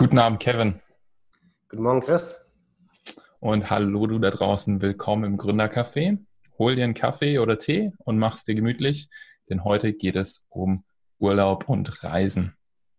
Guten Abend, Kevin. Guten Morgen, Chris. Und hallo du da draußen. Willkommen im Gründercafé. Hol dir einen Kaffee oder Tee und mach's dir gemütlich, denn heute geht es um Urlaub und Reisen.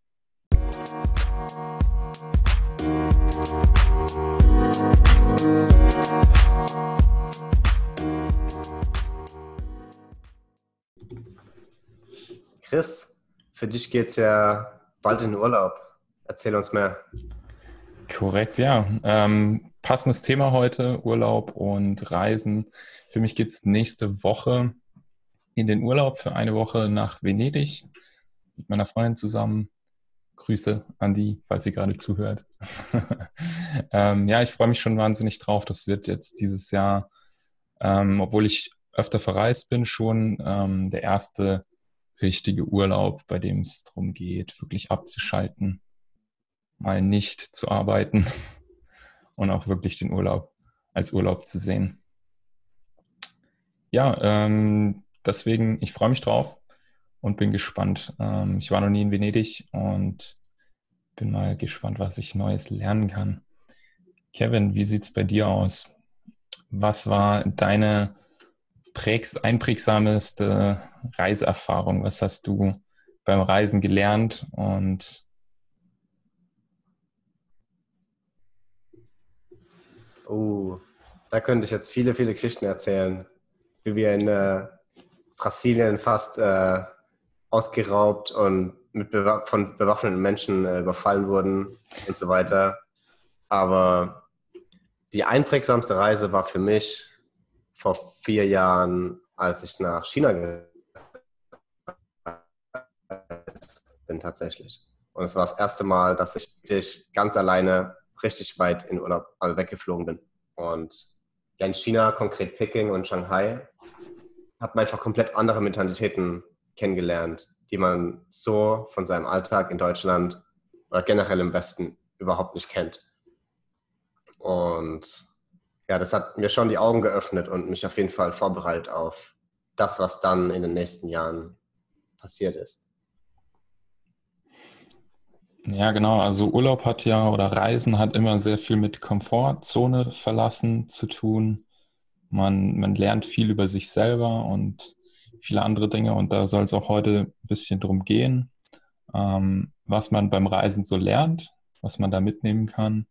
Chris, für dich geht's ja bald in den Urlaub. Erzähl uns mehr. Korrekt, ja. Passendes Thema heute, Urlaub und Reisen. Für mich geht's nächste Woche in den Urlaub für eine Woche nach Venedig mit meiner Freundin zusammen. Grüße an die, falls sie gerade zuhört. Ja, ich freue mich schon wahnsinnig drauf. Das wird jetzt dieses Jahr, obwohl ich öfter verreist bin, schon der erste richtige Urlaub, bei dem es darum geht, wirklich abzuschalten, mal nicht zu arbeiten und auch wirklich den Urlaub als Urlaub zu sehen. Ja, deswegen, ich freue mich drauf und bin gespannt. Ich war noch nie in Venedig und bin mal gespannt, was ich Neues lernen kann. Kevin, wie sieht's bei dir aus? Was war deine einprägsamste Reiseerfahrung? Was hast du beim Reisen gelernt? Und Oh, da könnte ich jetzt viele, viele Geschichten erzählen, wie wir in Brasilien fast ausgeraubt und von bewaffneten Menschen überfallen wurden und so weiter. Aber die einprägsamste Reise war für mich vor 4 Jahren, als ich nach China gereist bin tatsächlich. Und es war das erste Mal, dass ich wirklich ganz alleine richtig weit in Urlaub, also weggeflogen bin. Und ja, in China, konkret Peking und Shanghai, hat man einfach komplett andere Mentalitäten kennengelernt, die man so von seinem Alltag in Deutschland oder generell im Westen überhaupt nicht kennt. Und ja, das hat mir schon die Augen geöffnet und mich auf jeden Fall vorbereitet auf das, was dann in den nächsten Jahren passiert ist. ja, genau, also Urlaub hat ja oder Reisen hat immer sehr viel mit Komfortzone verlassen zu tun. Man lernt viel über sich selber und viele andere Dinge und da soll es auch heute ein bisschen drum gehen, was man beim Reisen so lernt, was man da mitnehmen kann.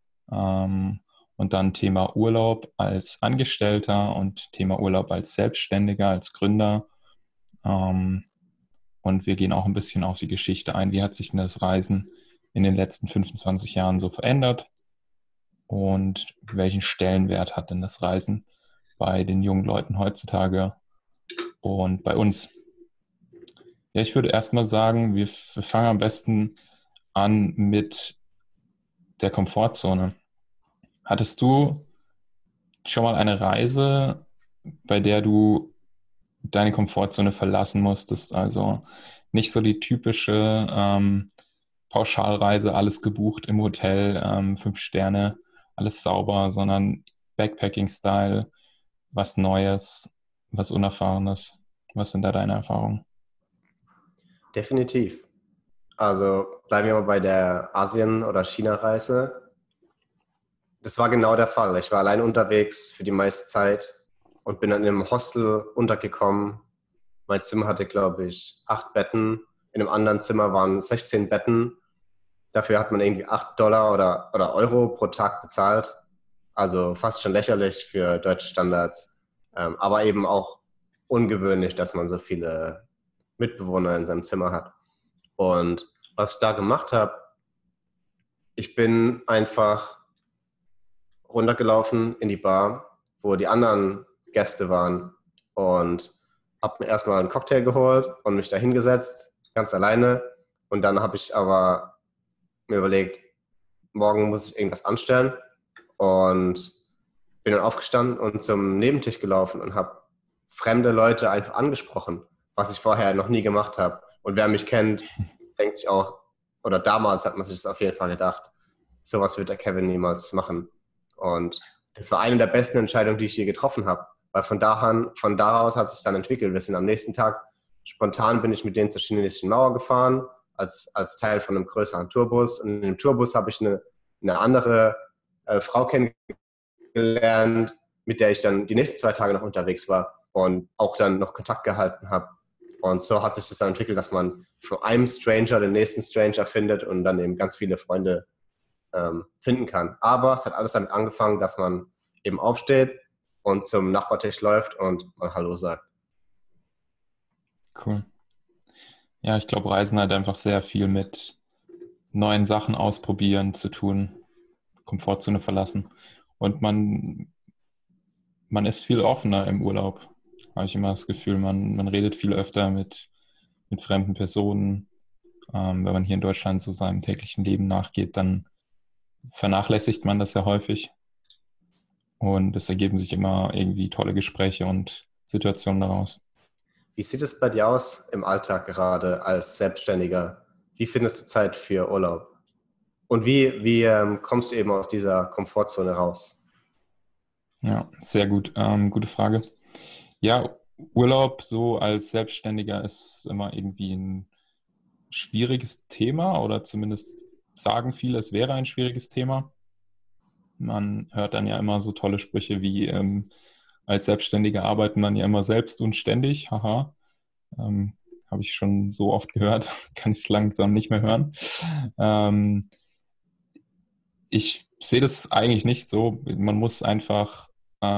Und dann Thema Urlaub als Angestellter und Thema Urlaub als Selbstständiger, als Gründer. Ähm, und wir gehen auch ein bisschen auf die Geschichte ein. Wie hat sich denn das Reisen in den letzten 25 Jahren so verändert? Und welchen Stellenwert hat denn das Reisen bei den jungen Leuten heutzutage und bei uns? Ja, ich würde erstmal sagen, wir fangen am besten an mit der Komfortzone. Hattest du schon mal eine Reise, bei der du deine Komfortzone verlassen musstest? Also nicht so die typische Pauschalreise, alles gebucht im Hotel, 5 Sterne, alles sauber, sondern Backpacking-Style, was Neues, was Unerfahrenes. Was sind da deine Erfahrungen? Definitiv. Also bleiben wir mal bei der Asien- oder China-Reise. Das war genau der Fall. Ich war allein unterwegs für die meiste Zeit und bin dann in einem Hostel untergekommen. Mein Zimmer hatte, glaube ich, 8 Betten. In einem anderen Zimmer waren 16 Betten. Dafür hat man irgendwie $8 oder Euro pro Tag bezahlt. Also fast schon lächerlich für deutsche Standards. Aber eben auch ungewöhnlich, dass man so viele Mitbewohner in seinem Zimmer hat. Und was ich da gemacht habe, ich bin einfach runtergelaufen in die Bar, wo die anderen Gäste waren und habe mir erstmal einen Cocktail geholt und mich da hingesetzt, ganz alleine. Und dann habe ich aber mir überlegt, morgen muss ich irgendwas anstellen und bin dann aufgestanden und zum Nebentisch gelaufen und habe fremde Leute einfach angesprochen, was ich vorher noch nie gemacht habe. Und wer mich kennt, denkt sich auch, oder damals hat man sich das auf jeden Fall gedacht, sowas wird der Kevin niemals machen. Und das war eine der besten Entscheidungen, die ich je getroffen habe. Weil von da aus hat sich dann entwickelt. Wir sind am nächsten Tag, spontan bin ich mit denen zur chinesischen Mauer gefahren, als Teil von einem größeren Tourbus. Und in dem Tourbus habe ich eine andere Frau kennengelernt, mit der ich dann die nächsten 2 Tage noch unterwegs war und auch dann noch Kontakt gehalten habe. Und so hat sich das dann entwickelt, dass man von einem Stranger den nächsten Stranger findet und dann eben ganz viele Freunde finden kann. Aber es hat alles damit angefangen, dass man eben aufsteht und zum Nachbartisch läuft und mal Hallo sagt. Cool. Ja, ich glaube, Reisen hat einfach sehr viel mit neuen Sachen ausprobieren zu tun, Komfortzone verlassen. Und man ist viel offener im Urlaub, habe ich immer das Gefühl. Man redet viel öfter mit fremden Personen. Wenn man hier in Deutschland so seinem täglichen Leben nachgeht, dann vernachlässigt man das ja häufig. Und es ergeben sich immer irgendwie tolle Gespräche und Situationen daraus. Wie sieht es bei dir aus im Alltag gerade als Selbstständiger? Wie findest du Zeit für Urlaub? Und wie kommst du eben aus dieser Komfortzone raus? Ja, sehr gut. Gute Frage. Ja, Urlaub so als Selbstständiger ist immer irgendwie ein schwieriges Thema oder zumindest sagen viele, es wäre ein schwieriges Thema. Man hört dann ja immer so tolle Sprüche wie als Selbstständiger arbeitet man ja immer selbst und ständig. Haha, habe ich schon so oft gehört, kann ich es langsam nicht mehr hören. Ich sehe das eigentlich nicht so. Man muss einfach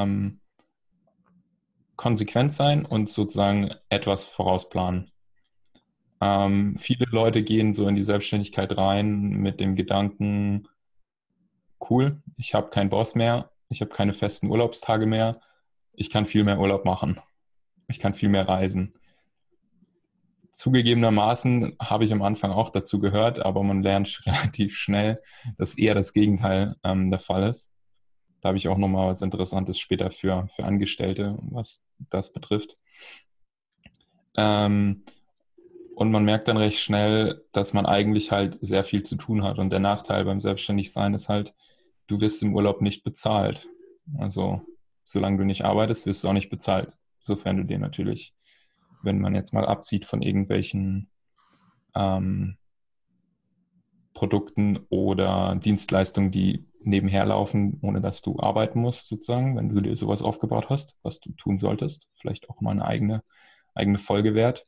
konsequent sein und sozusagen etwas vorausplanen. Viele Leute gehen so in die Selbstständigkeit rein mit dem Gedanken, cool, ich habe keinen Boss mehr, ich habe keine festen Urlaubstage mehr, ich kann viel mehr Urlaub machen, ich kann viel mehr reisen. Zugegebenermaßen habe ich am Anfang auch dazu gehört, aber man lernt relativ schnell, dass eher das Gegenteil der Fall ist. Da habe ich auch nochmal was Interessantes später für Angestellte, was das betrifft. Und man merkt dann recht schnell, dass man eigentlich halt sehr viel zu tun hat. Und der Nachteil beim Selbstständigsein ist halt, du wirst im Urlaub nicht bezahlt. Also solange du nicht arbeitest, wirst du auch nicht bezahlt. Sofern du dir natürlich, wenn man jetzt mal absieht von irgendwelchen Produkten oder Dienstleistungen, die nebenher laufen, ohne dass du arbeiten musst, sozusagen, wenn du dir sowas aufgebaut hast, was du tun solltest. Vielleicht auch mal eine eigene Folge wert.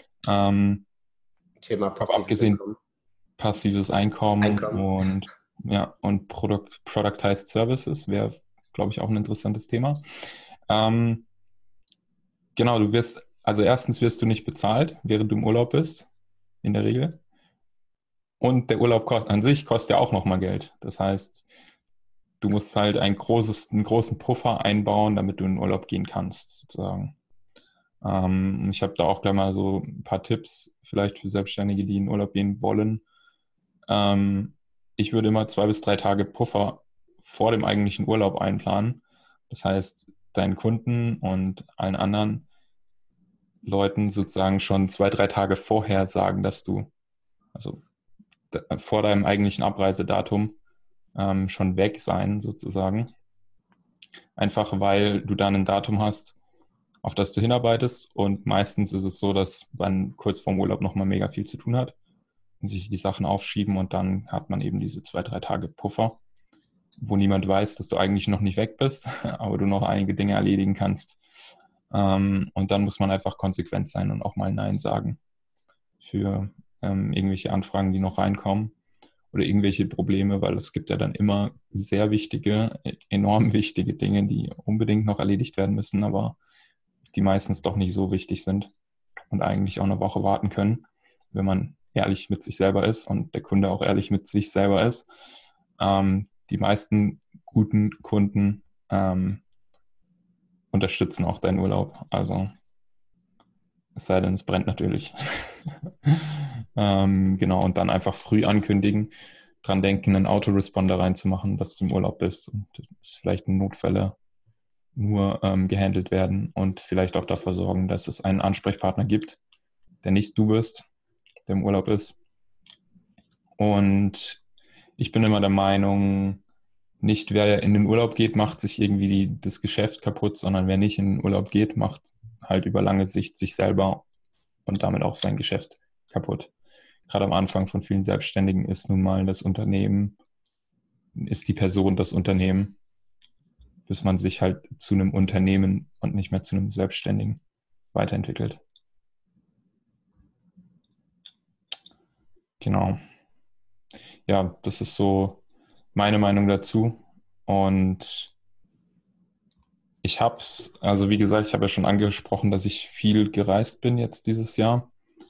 Thema Aber abgesehen passives Einkommen Einkommen. und ja, und Productized Services wäre, glaube ich, auch ein interessantes Thema. Genau, also erstens wirst du nicht bezahlt, während du im Urlaub bist, in der Regel. Und der Urlaub an sich kostet ja auch nochmal Geld. Das heißt, du musst halt einen großen Puffer einbauen, damit du in den Urlaub gehen kannst, sozusagen. Ich habe da auch gleich mal so ein paar Tipps, vielleicht für Selbstständige, die in den Urlaub gehen wollen. Ich würde immer 2 bis 3 Tage Puffer vor dem eigentlichen Urlaub einplanen. Das heißt, deinen Kunden und allen anderen Leuten sozusagen schon 2, 3 Tage vorher sagen, dass du, also vor deinem eigentlichen Abreisedatum, schon weg sein, sozusagen. Einfach weil du dann ein Datum hast, auf das du hinarbeitest. Und meistens ist es so, dass man kurz vorm Urlaub nochmal mega viel zu tun hat und sich die Sachen aufschieben und dann hat man eben diese 2, 3 Tage Puffer, wo niemand weiß, dass du eigentlich noch nicht weg bist, aber du noch einige Dinge erledigen kannst. Und dann muss man einfach konsequent sein und auch mal Nein sagen für irgendwelche Anfragen, die noch reinkommen oder irgendwelche Probleme, weil es gibt ja dann immer sehr wichtige, enorm wichtige Dinge, die unbedingt noch erledigt werden müssen, aber die meistens doch nicht so wichtig sind und eigentlich auch eine Woche warten können, wenn man ehrlich mit sich selber ist und der Kunde auch ehrlich mit sich selber ist. Die meisten guten Kunden unterstützen auch deinen Urlaub. Also es sei denn, es brennt natürlich. Genau, und dann einfach früh ankündigen, dran denken, einen Autoresponder reinzumachen, dass du im Urlaub bist und dass vielleicht Notfälle nur gehandelt werden und vielleicht auch dafür sorgen, dass es einen Ansprechpartner gibt, der nicht du bist, der im Urlaub ist. Und ich bin immer der Meinung, nicht wer in den Urlaub geht, macht sich irgendwie das Geschäft kaputt, sondern wer nicht in den Urlaub geht, macht halt über lange Sicht sich selber und damit auch sein Geschäft kaputt. gerade am Anfang von vielen Selbstständigen ist nun mal das Unternehmen, ist die Person das Unternehmen, bis man sich halt zu einem Unternehmen und nicht mehr zu einem Selbstständigen weiterentwickelt. Genau. Ja, das ist so meine Meinung dazu. Und ich habe es, also wie gesagt, ich habe ja schon angesprochen, dass ich viel gereist bin jetzt dieses Jahr.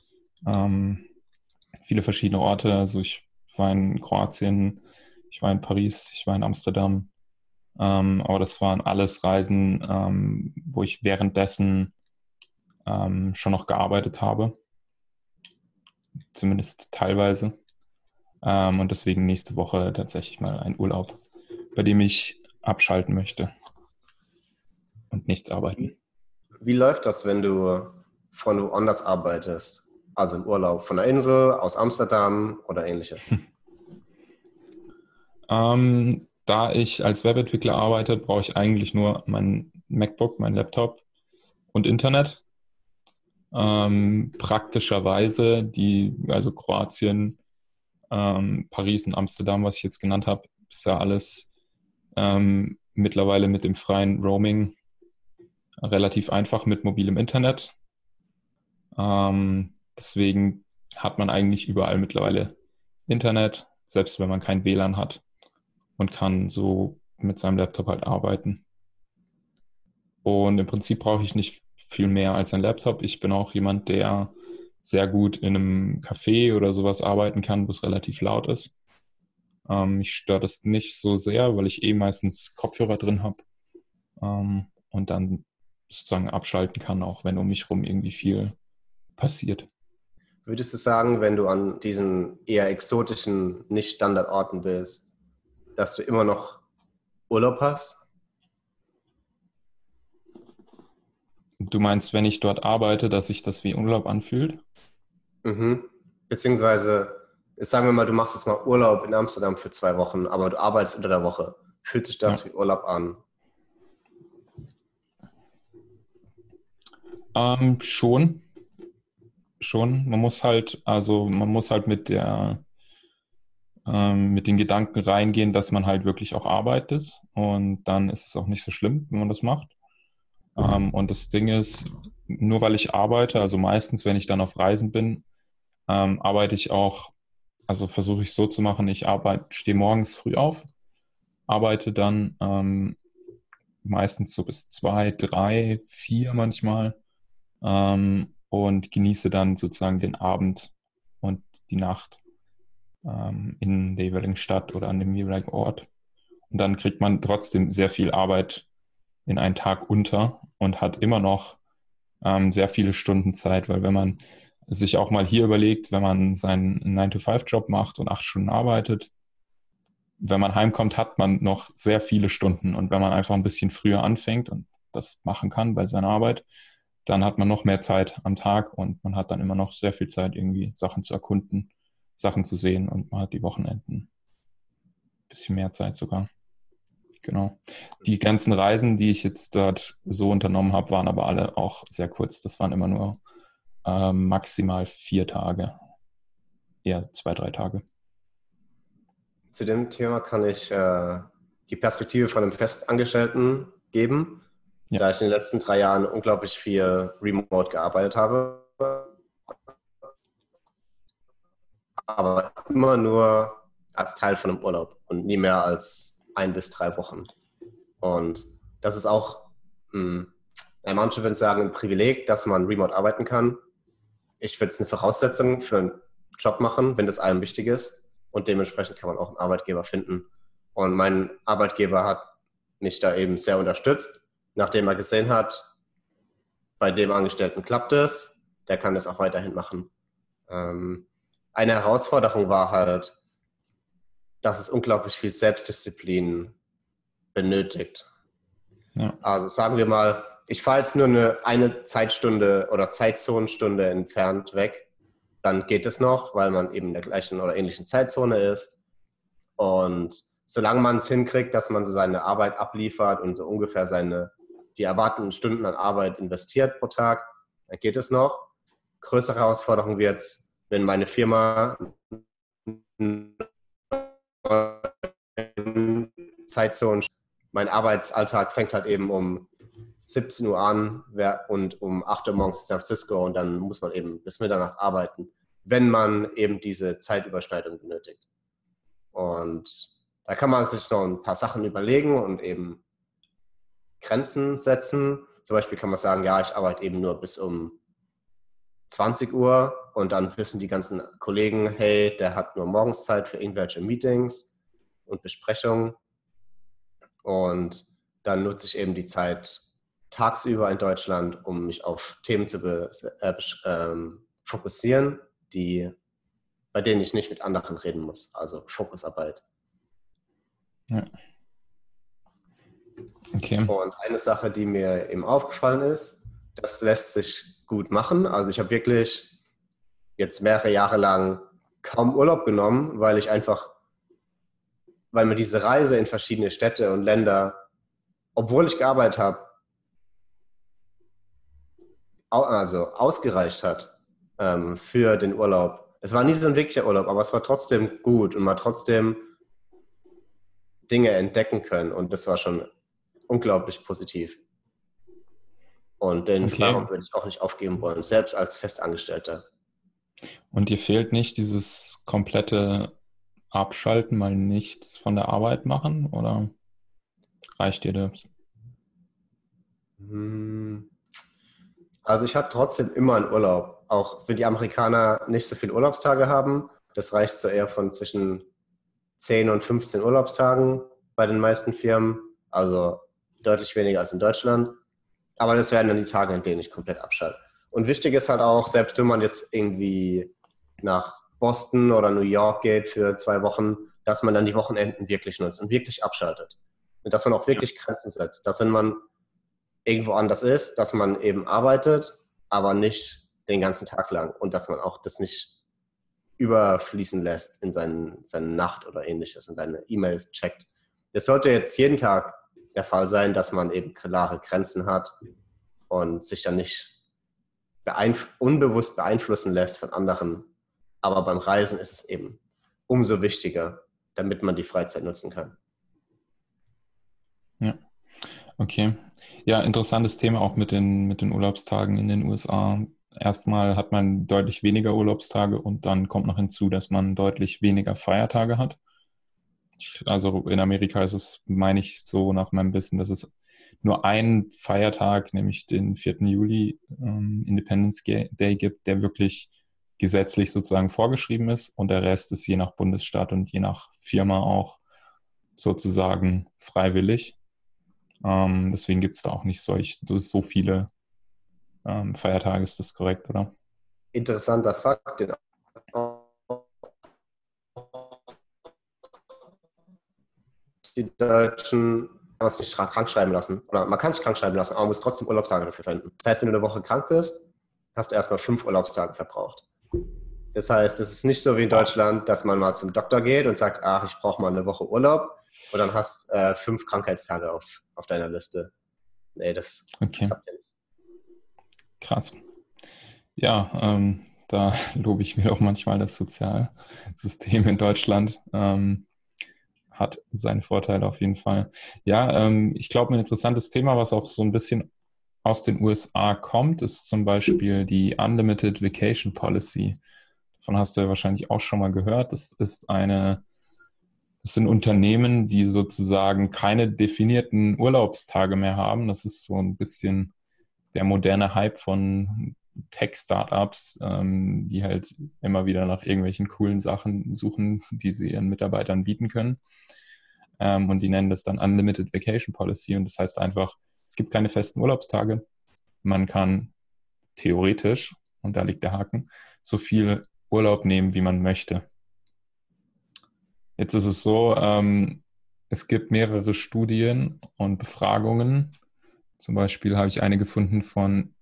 Viele verschiedene Orte. Also ich war in Kroatien, ich war in Paris, ich war in Amsterdam. Aber das waren alles Reisen, wo ich währenddessen schon noch gearbeitet habe. Zumindest teilweise. Und deswegen nächste Woche tatsächlich mal ein Urlaub, bei dem ich abschalten möchte und nichts arbeiten. Wie läuft das, wenn du von woanders arbeitest? Also im Urlaub von der Insel, aus Amsterdam oder ähnliches? Da ich als Webentwickler arbeite, brauche ich eigentlich nur mein MacBook, mein Laptop und Internet. Praktischerweise also Kroatien, Paris und Amsterdam, was ich jetzt genannt habe, ist ja alles mittlerweile mit dem freien Roaming relativ einfach mit mobilem Internet. Deswegen hat man eigentlich überall mittlerweile Internet, selbst wenn man kein WLAN hat, und kann so mit seinem Laptop halt arbeiten. Und im Prinzip brauche ich nicht viel mehr als ein Laptop. Ich bin auch jemand, der sehr gut in einem Café oder sowas arbeiten kann, wo es relativ laut ist. Mich stört das nicht so sehr, weil ich meistens Kopfhörer drin habe und dann sozusagen abschalten kann, auch wenn um mich herum irgendwie viel passiert. Würdest du sagen, wenn du an diesen eher exotischen, nicht Standardorten bist, dass du immer noch Urlaub hast? Du meinst, wenn ich dort arbeite, dass sich das wie Urlaub anfühlt? Mhm. Beziehungsweise, jetzt sagen wir mal, du machst jetzt mal Urlaub in Amsterdam für 2 Wochen, aber du arbeitest unter der Woche. Fühlt sich das Ja. wie Urlaub an? Schon. Schon. Man muss halt mit den Gedanken reingehen, dass man halt wirklich auch arbeitet. Und dann ist es auch nicht so schlimm, wenn man das macht. Und das Ding ist, nur weil ich arbeite, also meistens, wenn ich dann auf Reisen bin, arbeite ich auch, also versuche ich so zu machen, stehe morgens früh auf, arbeite dann meistens so bis 2, 3, 4 manchmal und genieße dann sozusagen den Abend und die Nacht in der jeweiligen Stadt oder an dem jeweiligen Ort. Und dann kriegt man trotzdem sehr viel Arbeit in einen Tag unter und hat immer noch sehr viele Stunden Zeit, weil wenn man sich auch mal hier überlegt, wenn man seinen 9-to-5-Job macht und 8 Stunden arbeitet, wenn man heimkommt, hat man noch sehr viele Stunden. Und wenn man einfach ein bisschen früher anfängt und das machen kann bei seiner Arbeit, dann hat man noch mehr Zeit am Tag und man hat dann immer noch sehr viel Zeit, irgendwie Sachen zu erkunden, Sachen zu sehen und man hat die Wochenenden ein bisschen mehr Zeit sogar. Genau. Die ganzen Reisen, die ich jetzt dort so unternommen habe, waren aber alle auch sehr kurz. Das waren immer nur maximal 4 Tage, eher 2, 3 Tage. Zu dem Thema kann ich die Perspektive von einem Festangestellten geben, Ja. da ich in den letzten 3 Jahren unglaublich viel remote gearbeitet habe, aber immer nur als Teil von einem Urlaub und nie mehr als 1 bis 3 Wochen. Und das ist auch, manche würden sagen, ein Privileg, dass man remote arbeiten kann. Ich würde es eine Voraussetzung für einen Job machen, wenn das einem wichtig ist. Und dementsprechend kann man auch einen Arbeitgeber finden. Und mein Arbeitgeber hat mich da eben sehr unterstützt, nachdem er gesehen hat, bei dem Angestellten klappt es, der kann das auch weiterhin machen. Eine Herausforderung war halt, dass es unglaublich viel Selbstdisziplin benötigt. Ja. Also sagen wir mal, ich fahre jetzt nur eine Zeitstunde oder Zeitzonenstunde entfernt weg, dann geht es noch, weil man eben in der gleichen oder ähnlichen Zeitzone ist. Und solange man es hinkriegt, dass man so seine Arbeit abliefert und so ungefähr die erwarteten Stunden an Arbeit investiert pro Tag, dann geht es noch. Größere Herausforderung wird es, wenn meine Firma Zeitzonen, mein Arbeitsalltag fängt halt eben um 17 Uhr an und um 8 Uhr morgens in San Francisco und dann muss man eben bis Mitternacht arbeiten, wenn man eben diese Zeitüberschneidung benötigt. Und da kann man sich noch ein paar Sachen überlegen und eben Grenzen setzen. Zum Beispiel kann man sagen, ja, ich arbeite eben nur bis um 20 Uhr und dann wissen die ganzen Kollegen, hey, der hat nur morgens Zeit für irgendwelche Meetings und Besprechungen und dann nutze ich eben die Zeit tagsüber in Deutschland, um mich auf Themen zu fokussieren, bei denen ich nicht mit anderen reden muss, also Fokusarbeit. Ja. Okay. Und eine Sache, die mir eben aufgefallen ist, das lässt sich gut machen. Also ich habe wirklich jetzt mehrere Jahre lang kaum Urlaub genommen, weil mir diese Reise in verschiedene Städte und Länder, obwohl ich gearbeitet habe, also ausgereicht hat für den Urlaub. Es war nie so ein wirklicher Urlaub, aber es war trotzdem gut und man hat trotzdem Dinge entdecken können und das war schon unglaublich positiv. Und den Freiraum würde ich auch nicht aufgeben wollen, selbst als Festangestellter. Und dir fehlt nicht dieses komplette Abschalten, mal nichts von der Arbeit machen, oder reicht dir das? Also ich hatte trotzdem immer einen Urlaub, auch wenn die Amerikaner nicht so viele Urlaubstage haben. Das reicht so eher von zwischen 10 und 15 Urlaubstagen bei den meisten Firmen, also deutlich weniger als in Deutschland. Aber das wären dann die Tage, in denen ich komplett abschalte. Und wichtig ist halt auch, selbst wenn man jetzt irgendwie nach Boston oder New York geht für 2 Wochen, dass man dann die Wochenenden wirklich nutzt und wirklich abschaltet. Und dass man auch wirklich Grenzen setzt. Dass wenn man irgendwo anders ist, dass man eben arbeitet, aber nicht den ganzen Tag lang. Und dass man auch das nicht überfließen lässt in seine Nacht oder ähnliches und seine E-Mails checkt. Das sollte jetzt jeden Tag der Fall sein, dass man eben klare Grenzen hat und sich dann nicht unbewusst beeinflussen lässt von anderen. Aber beim Reisen ist es eben umso wichtiger, damit man die Freizeit nutzen kann. Ja, okay. Ja, interessantes Thema auch mit den Urlaubstagen in den USA. Erstmal hat man deutlich weniger Urlaubstage und dann kommt noch hinzu, dass man deutlich weniger Feiertage hat. Also in Amerika ist es, meine ich so nach meinem Wissen, dass es nur einen Feiertag, nämlich den 4. Juli, Independence Day gibt, der wirklich gesetzlich sozusagen vorgeschrieben ist und der Rest ist je nach Bundesstaat und je nach Firma auch sozusagen freiwillig. Deswegen gibt es da auch nicht so viele Feiertage, ist das korrekt, oder? Interessanter Fakt, den die Deutschen kann man sich krank schreiben lassen. Oder man kann sich krank schreiben lassen, aber man muss trotzdem Urlaubstage dafür verwenden. Das heißt, wenn du eine Woche krank bist, hast du erstmal 5 Urlaubstage verbraucht. Das heißt, es ist nicht so wie in Deutschland, dass man mal zum Doktor geht und sagt, ach, ich brauche mal eine Woche Urlaub und dann hast 5 Krankheitstage auf deiner Liste. Nee, das klappt ja nicht. Krass. Ja, da lobe ich mir auch manchmal das Sozialsystem in Deutschland. Hat seine Vorteile auf jeden Fall. Ja, ich glaube, ein interessantes Thema, was auch so ein bisschen aus den USA kommt, ist zum Beispiel die Unlimited Vacation Policy. Davon hast du ja wahrscheinlich auch schon mal gehört. Das sind Unternehmen, die sozusagen keine definierten Urlaubstage mehr haben. Das ist so ein bisschen der moderne Hype von Tech-Startups, die halt immer wieder nach irgendwelchen coolen Sachen suchen, die sie ihren Mitarbeitern bieten können. Und die nennen das dann Unlimited Vacation Policy. Und das heißt einfach, es gibt keine festen Urlaubstage. Man kann theoretisch, und da liegt der Haken, so viel Urlaub nehmen, wie man möchte. Jetzt ist es so, es gibt mehrere Studien und Befragungen. Zum Beispiel habe ich eine gefunden von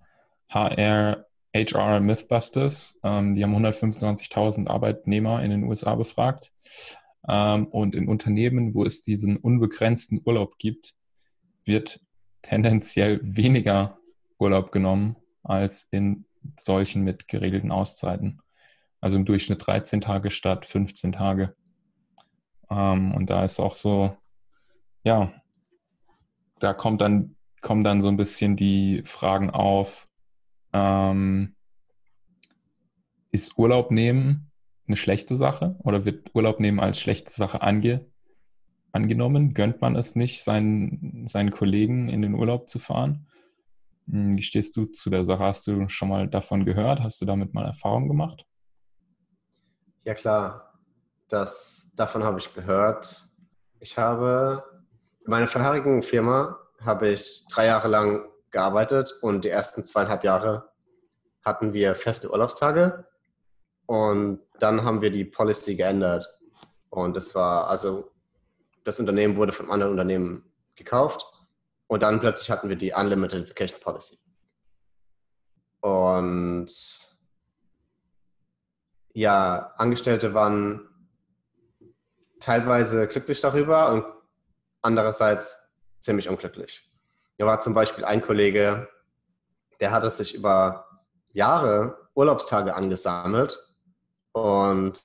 HR Mythbusters. Die haben 125.000 Arbeitnehmer in den USA befragt. Und in Unternehmen, wo es diesen unbegrenzten Urlaub gibt, wird tendenziell weniger Urlaub genommen als in solchen mit geregelten Auszeiten. Also im Durchschnitt 13 Tage statt 15 Tage. Und da ist auch so, ja, da kommen dann so ein bisschen die Fragen auf, ähm, ist Urlaub nehmen eine schlechte Sache oder wird Urlaub nehmen als schlechte Sache angenommen? Gönnt man es nicht, seinen Kollegen in den Urlaub zu fahren? Wie stehst du zu der Sache? Hast du schon mal davon gehört? Hast du damit mal Erfahrung gemacht? Ja klar, davon habe ich gehört. Ich habe in meiner vorherigen Firma habe ich 3 Jahre lang gearbeitet und die ersten 2,5 Jahre hatten wir feste Urlaubstage und dann haben wir die Policy geändert. Und also das Unternehmen wurde von einem anderen Unternehmen gekauft und dann plötzlich hatten wir die Unlimited Vacation Policy. Und ja, Angestellte waren teilweise glücklich darüber und andererseits ziemlich unglücklich. Hier war zum Beispiel ein Kollege, der hat es sich über Jahre Urlaubstage angesammelt und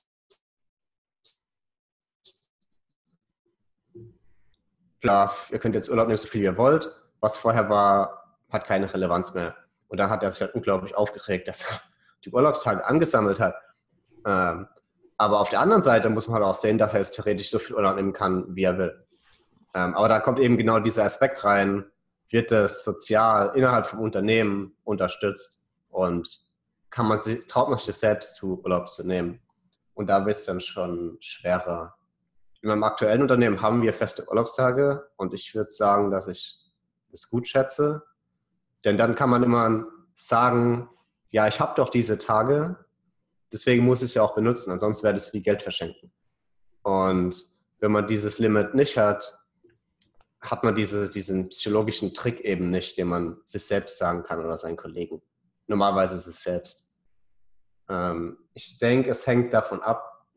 klar, ihr könnt jetzt Urlaub nehmen, so viel ihr wollt. Was vorher war, hat keine Relevanz mehr. Und da hat er sich halt unglaublich aufgeregt, dass er die Urlaubstage angesammelt hat. Aber auf der anderen Seite muss man halt auch sehen, dass er jetzt theoretisch so viel Urlaub nehmen kann, wie er will. Aber da kommt eben genau dieser Aspekt rein, wird das sozial innerhalb vom Unternehmen unterstützt und traut man sich das selbst zu, Urlaub zu nehmen. Und da wird es dann schon schwerer. In meinem aktuellen Unternehmen haben wir feste Urlaubstage und ich würde sagen, dass ich das gut schätze. Denn dann kann man immer sagen, ja, ich habe doch diese Tage, deswegen muss ich es ja auch benutzen, ansonsten wäre das wie Geld verschenken. Und wenn man dieses Limit nicht hat, hat man diesen psychologischen Trick eben nicht, den man sich selbst sagen kann oder seinen Kollegen. Normalerweise ist es selbst. Ich denke, es hängt davon ab,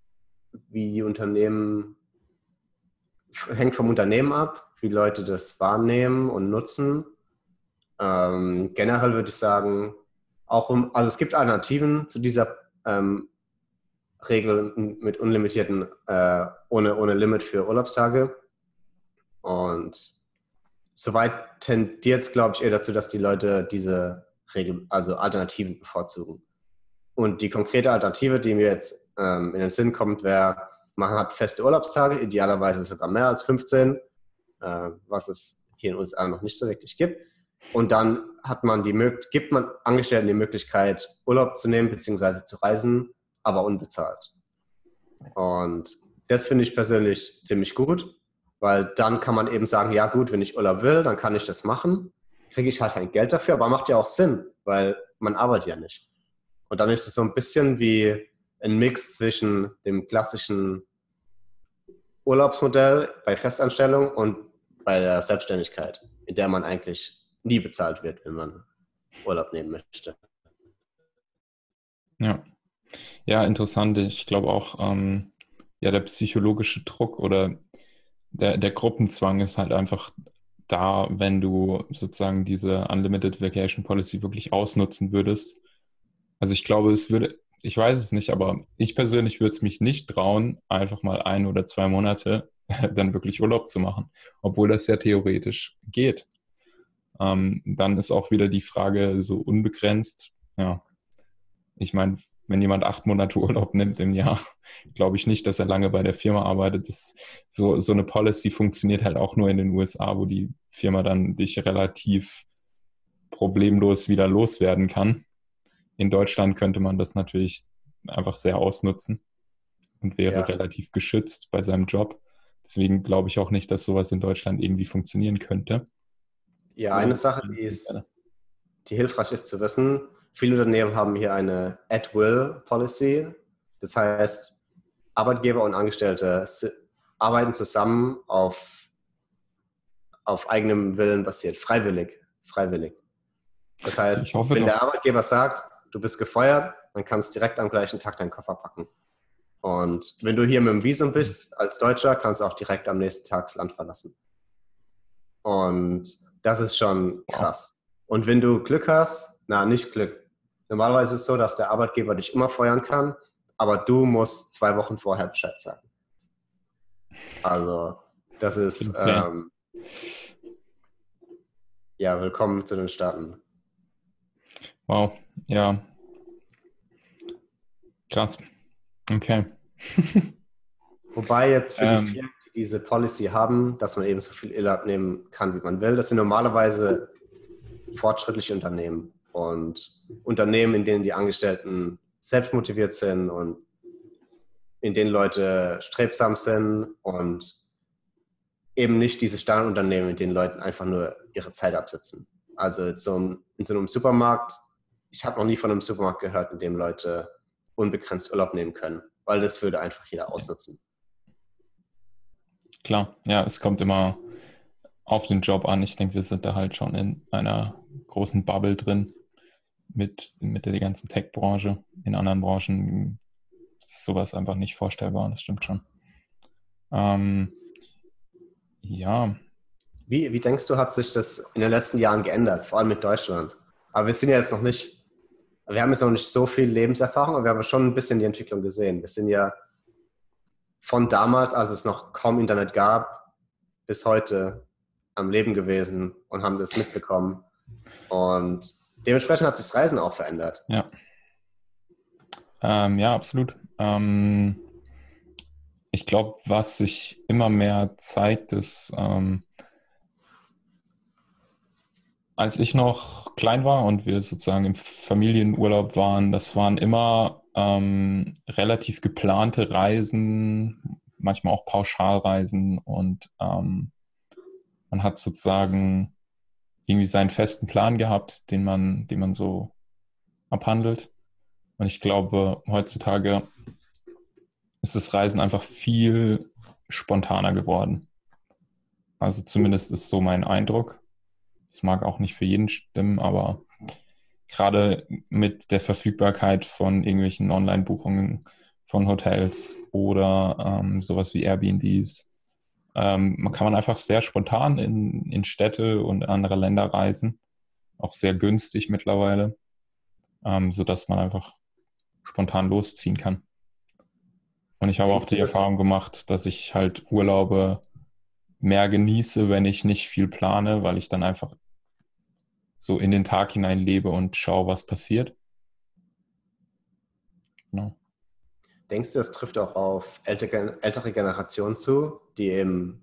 hängt vom Unternehmen ab, wie Leute das wahrnehmen und nutzen. Generell würde ich sagen, also es gibt Alternativen zu dieser Regel mit unlimitierten, ohne Limit für Urlaubstage. Und soweit tendiert es, glaube ich, eher dazu, dass die Leute diese Regel, also Alternativen bevorzugen. Und die konkrete Alternative, die mir jetzt in den Sinn kommt, wäre, man hat feste Urlaubstage, idealerweise sogar mehr als 15, was es hier in den USA noch nicht so wirklich gibt. Und dann gibt man Angestellten die Möglichkeit, Urlaub zu nehmen bzw. zu reisen, aber unbezahlt. Und das finde ich persönlich ziemlich gut, weil dann kann man eben sagen, ja gut, wenn ich Urlaub will, dann kann ich das machen, kriege ich halt kein Geld dafür, aber macht ja auch Sinn, weil man arbeitet ja nicht. Und dann ist es so ein bisschen wie ein Mix zwischen dem klassischen Urlaubsmodell bei Festanstellung und bei der Selbstständigkeit, in der man eigentlich nie bezahlt wird, wenn man Urlaub nehmen möchte. Ja, ja, interessant. Ich glaube auch, ja, der psychologische Druck oder der Gruppenzwang ist halt einfach da, wenn du sozusagen diese Unlimited Vacation Policy wirklich ausnutzen würdest. Also ich glaube, ich weiß es nicht, aber ich persönlich würde es mich nicht trauen, einfach mal 1 oder 2 Monate dann wirklich Urlaub zu machen, obwohl das ja theoretisch geht. Dann ist auch wieder die Frage so unbegrenzt. Ja, ich meine, wenn jemand 8 Monate Urlaub nimmt im Jahr, glaube ich nicht, dass er lange bei der Firma arbeitet. So eine Policy funktioniert halt auch nur in den USA, wo die Firma dann dich relativ problemlos wieder loswerden kann. In Deutschland könnte man das natürlich einfach sehr ausnutzen und wäre Ja, relativ geschützt bei seinem Job. Deswegen glaube ich auch nicht, dass sowas in Deutschland irgendwie funktionieren könnte. ja, Aber eine Sache, die hilfreich ist zu wissen, viele Unternehmen haben hier eine At-Will-Policy. Das heißt, Arbeitgeber und Angestellte arbeiten zusammen auf eigenem Willen basiert, freiwillig. Das ich heißt, hoffe wenn doch. der Arbeitgeber sagt, du bist gefeuert, dann kannst du direkt am gleichen Tag deinen Koffer packen. Und wenn du hier mit dem Visum bist als Deutscher, kannst du auch direkt am nächsten Tag das Land verlassen. Und das ist schon Wow. krass. Und wenn du Glück hast, nicht Glück, Normalerweise ist es so, dass der Arbeitgeber dich immer feuern kann, aber du musst 2 Wochen vorher Bescheid sagen. Also, das ist, Okay. ja, willkommen zu den Staaten. Wow. Ja, krass. Okay. Wobei jetzt für die Ähm, Firmen, die diese Policy haben, dass man eben so viel Urlaub nehmen kann, wie man will, das sind normalerweise fortschrittliche Unternehmen und Unternehmen, in denen die Angestellten selbst motiviert sind und in denen Leute strebsam sind und eben nicht diese Standardunternehmen, in denen Leute einfach nur ihre Zeit absitzen. Also in so einem Supermarkt, ich habe noch nie von einem Supermarkt gehört, in dem Leute unbegrenzt Urlaub nehmen können, weil das würde einfach jeder ausnutzen. klar, ja, es kommt immer auf den Job an. Ich denke, wir sind da halt schon in einer großen Bubble drin mit der ganzen Tech-Branche. In anderen Branchen ist sowas einfach nicht vorstellbar, das stimmt schon. Ähm, ja, Wie denkst du, hat sich das in den letzten Jahren geändert, vor allem mit Deutschland? Aber wir sind ja jetzt noch nicht, wir haben jetzt noch nicht so viel Lebenserfahrung, aber wir haben schon ein bisschen die Entwicklung gesehen. Wir sind ja von damals, als es noch kaum Internet gab, bis heute am Leben gewesen und haben das mitbekommen. Und dementsprechend hat sich das Reisen auch verändert. ja, ja, absolut. Ich glaube, was sich immer mehr zeigt, ist, als ich noch klein war und wir sozusagen im Familienurlaub waren, das waren immer relativ geplante Reisen, manchmal auch Pauschalreisen und man hat sozusagen irgendwie seinen festen Plan gehabt, den man so abhandelt. Und ich glaube, heutzutage ist das Reisen einfach viel spontaner geworden. Also zumindest ist so mein Eindruck. Das mag auch nicht für jeden stimmen, aber gerade mit der Verfügbarkeit von irgendwelchen Online-Buchungen von Hotels oder sowas wie Airbnbs, kann man einfach sehr spontan in Städte und andere Länder reisen, auch sehr günstig mittlerweile, sodass man einfach spontan losziehen kann. Und ich habe auch Denkst du die das? Erfahrung gemacht, dass ich halt Urlaube mehr genieße, wenn ich nicht viel plane, weil ich dann einfach so in den Tag hinein lebe und schaue, was passiert. Genau. Denkst du, das trifft auch auf ältere Generationen zu, die eben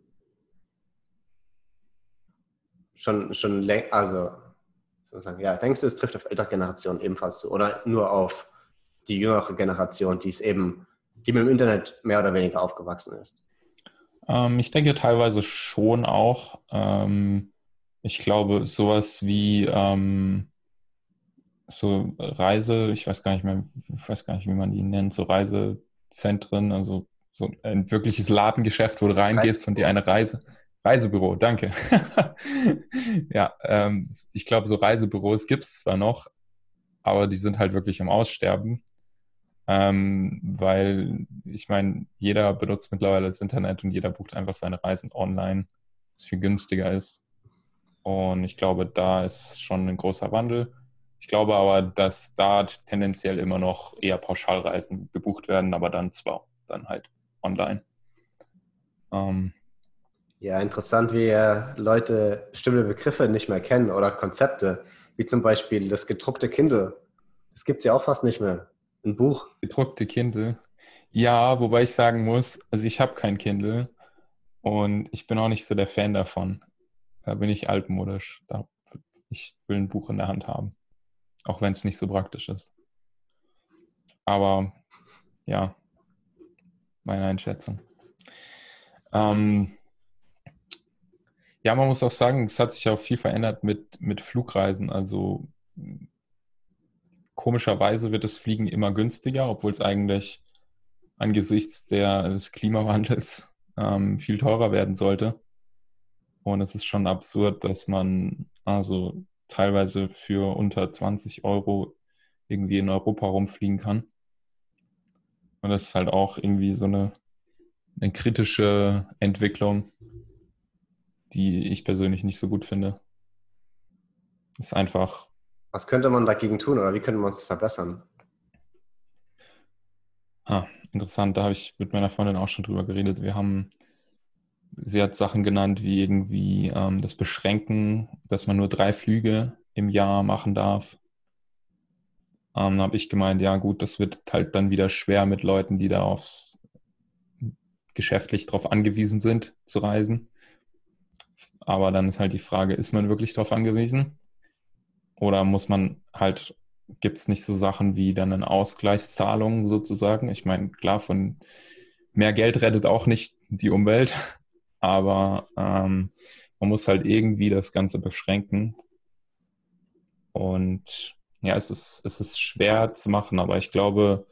also, sozusagen, ja, denkst du, es trifft auf ältere Generationen ebenfalls zu oder nur auf die jüngere Generation, die mit dem Internet mehr oder weniger aufgewachsen ist? Ich denke teilweise schon auch. Ich glaube, sowas wie so Reise, ich weiß gar nicht, wie man die nennt, so Reisezentren, also so ein wirkliches Ladengeschäft, wo du reingehst und dir Reisebüro. eine Reisebüro, danke. Ja, ich glaube, so Reisebüros gibt es zwar noch, aber die sind halt wirklich am Aussterben. Weil ich meine, jeder benutzt mittlerweile das Internet und jeder bucht einfach seine Reisen online, was viel günstiger ist. Und ich glaube, da ist schon ein großer Wandel. Ich glaube aber, dass da tendenziell immer noch eher Pauschalreisen gebucht werden, aber dann zwar dann halt online. Ähm, Ja, interessant, wie Leute bestimmte Begriffe nicht mehr kennen oder Konzepte, wie zum Beispiel das gedruckte Kindle. Das gibt es ja auch fast nicht mehr. Ein Buch. Gedruckte Kindle. Ja, wobei ich sagen muss, also ich habe kein Kindle und ich bin auch nicht so der Fan davon. Da bin ich altmodisch. Ich will ein Buch in der Hand haben, auch wenn es nicht so praktisch ist. Aber ja, meine Einschätzung. Ähm, ja, man muss auch sagen, es hat sich auch viel verändert mit Flugreisen. Also komischerweise wird das Fliegen immer günstiger, obwohl es eigentlich angesichts des Klimawandels viel teurer werden sollte. Und es ist schon absurd, dass man also teilweise für unter 20 Euro irgendwie in Europa rumfliegen kann. Und das ist halt auch irgendwie so eine kritische Entwicklung, die ich persönlich nicht so gut finde. Ist einfach, Was könnte man dagegen tun oder wie könnte man es verbessern? Interessant, da habe ich mit meiner Freundin auch schon drüber geredet. Sie hat Sachen genannt wie irgendwie das Beschränken, dass man nur 3 Flüge im Jahr machen darf. Da habe ich gemeint, ja gut, das wird halt dann wieder schwer mit Leuten, die da geschäftlich drauf angewiesen sind, zu reisen. Aber dann ist halt die Frage, ist man wirklich drauf angewiesen? Oder gibt es nicht so Sachen wie dann eine Ausgleichszahlung sozusagen? Ich meine, klar, von mehr Geld rettet auch nicht die Umwelt, aber man muss halt irgendwie das Ganze beschränken. Und ja, es ist schwer zu machen, aber ich glaube,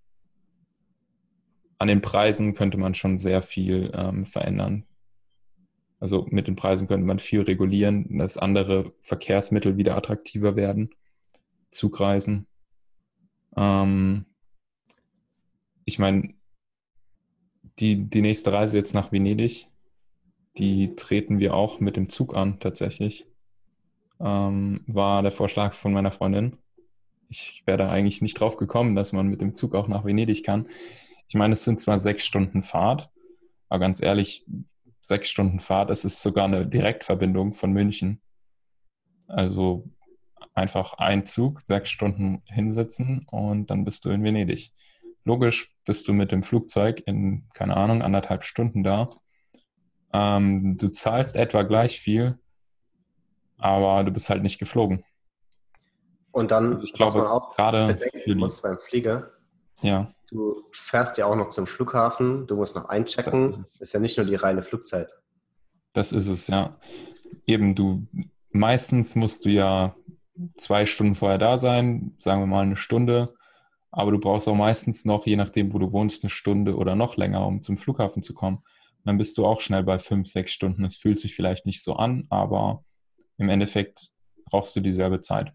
an den Preisen könnte man schon sehr viel verändern. Also mit den Preisen könnte man viel regulieren, dass andere Verkehrsmittel wieder attraktiver werden, Zugreisen. Ähm, Ich meine, die nächste Reise jetzt nach Venedig, die treten wir auch mit dem Zug an, tatsächlich. War der Vorschlag von meiner Freundin. Ich wäre da eigentlich nicht drauf gekommen, dass man mit dem Zug auch nach Venedig kann. Ich meine, es sind zwar 6 Stunden Fahrt, aber ganz ehrlich, 6 Stunden Fahrt, es ist sogar eine Direktverbindung von München. Also einfach ein Zug, 6 Stunden hinsetzen und dann bist du in Venedig. Logisch bist du mit dem Flugzeug in, keine Ahnung, 1,5 Stunden da. Du zahlst etwa gleich viel, aber du bist halt nicht geflogen. Und Also dann, ich was man glaube, auch gerade bedenken für die, muss beim Flieger, ja, du fährst ja auch noch zum Flughafen, du musst noch das ist einchecken. es. Ist ja nicht nur die reine Flugzeit. Das ist es, ja. Eben, meistens musst du ja 2 Stunden vorher da sein, sagen wir mal eine Stunde, aber du brauchst auch meistens noch, je nachdem, wo du wohnst, eine Stunde oder noch länger, um zum Flughafen zu kommen. Und dann bist du auch schnell bei 5, 6 Stunden. Es fühlt sich vielleicht nicht so an, aber im Endeffekt brauchst du dieselbe Zeit.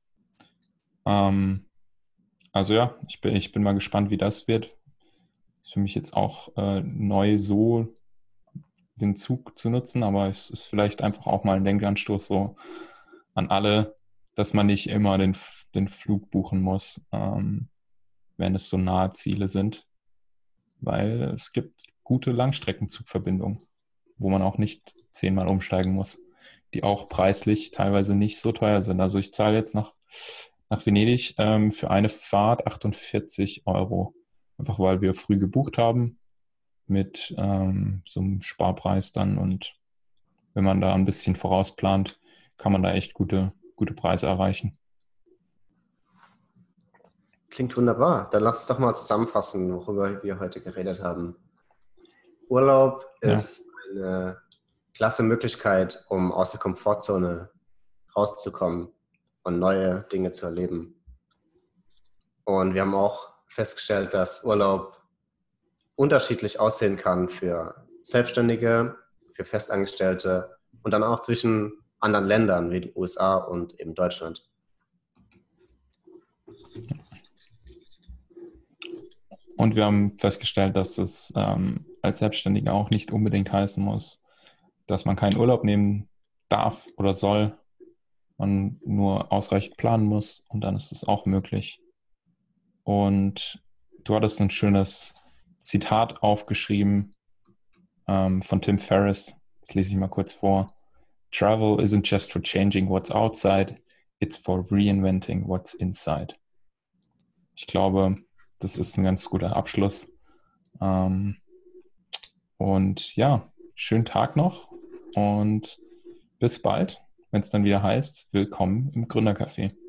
Ähm, also ja, ich bin mal gespannt, wie das wird. Ist für mich jetzt auch neu, so den Zug zu nutzen, aber es ist vielleicht einfach auch mal ein Denkanstoß so an alle, dass man nicht immer den Flug buchen muss, wenn es so nahe Ziele sind, weil es gibt gute Langstreckenzugverbindungen, wo man auch nicht 10-mal umsteigen muss, die auch preislich teilweise nicht so teuer sind. Also ich zahle jetzt nach Venedig für eine Fahrt 48 Euro, einfach weil wir früh gebucht haben mit so einem Sparpreis dann, und wenn man da ein bisschen vorausplant, kann man da echt gute Preise erreichen. Klingt wunderbar. Dann lass uns doch mal zusammenfassen, worüber wir heute geredet haben. Urlaub Ja, ist eine klasse Möglichkeit, um aus der Komfortzone rauszukommen und neue Dinge zu erleben. Und wir haben auch festgestellt, dass Urlaub unterschiedlich aussehen kann für Selbstständige, für Festangestellte und dann auch zwischen anderen Ländern wie den USA und eben Deutschland. und wir haben festgestellt, dass es als Selbstständiger auch nicht unbedingt heißen muss, dass man keinen Urlaub nehmen darf oder soll. Man nur ausreichend planen muss und dann ist es auch möglich. Und du hattest ein schönes Zitat aufgeschrieben von Tim Ferriss. Das lese ich mal kurz vor. Travel isn't just for changing what's outside, it's for reinventing what's inside. Ich glaube, das ist ein ganz guter Abschluss. Ähm, und ja, schönen Tag noch und bis bald, wenn es dann wieder heißt, willkommen im Gründercafé.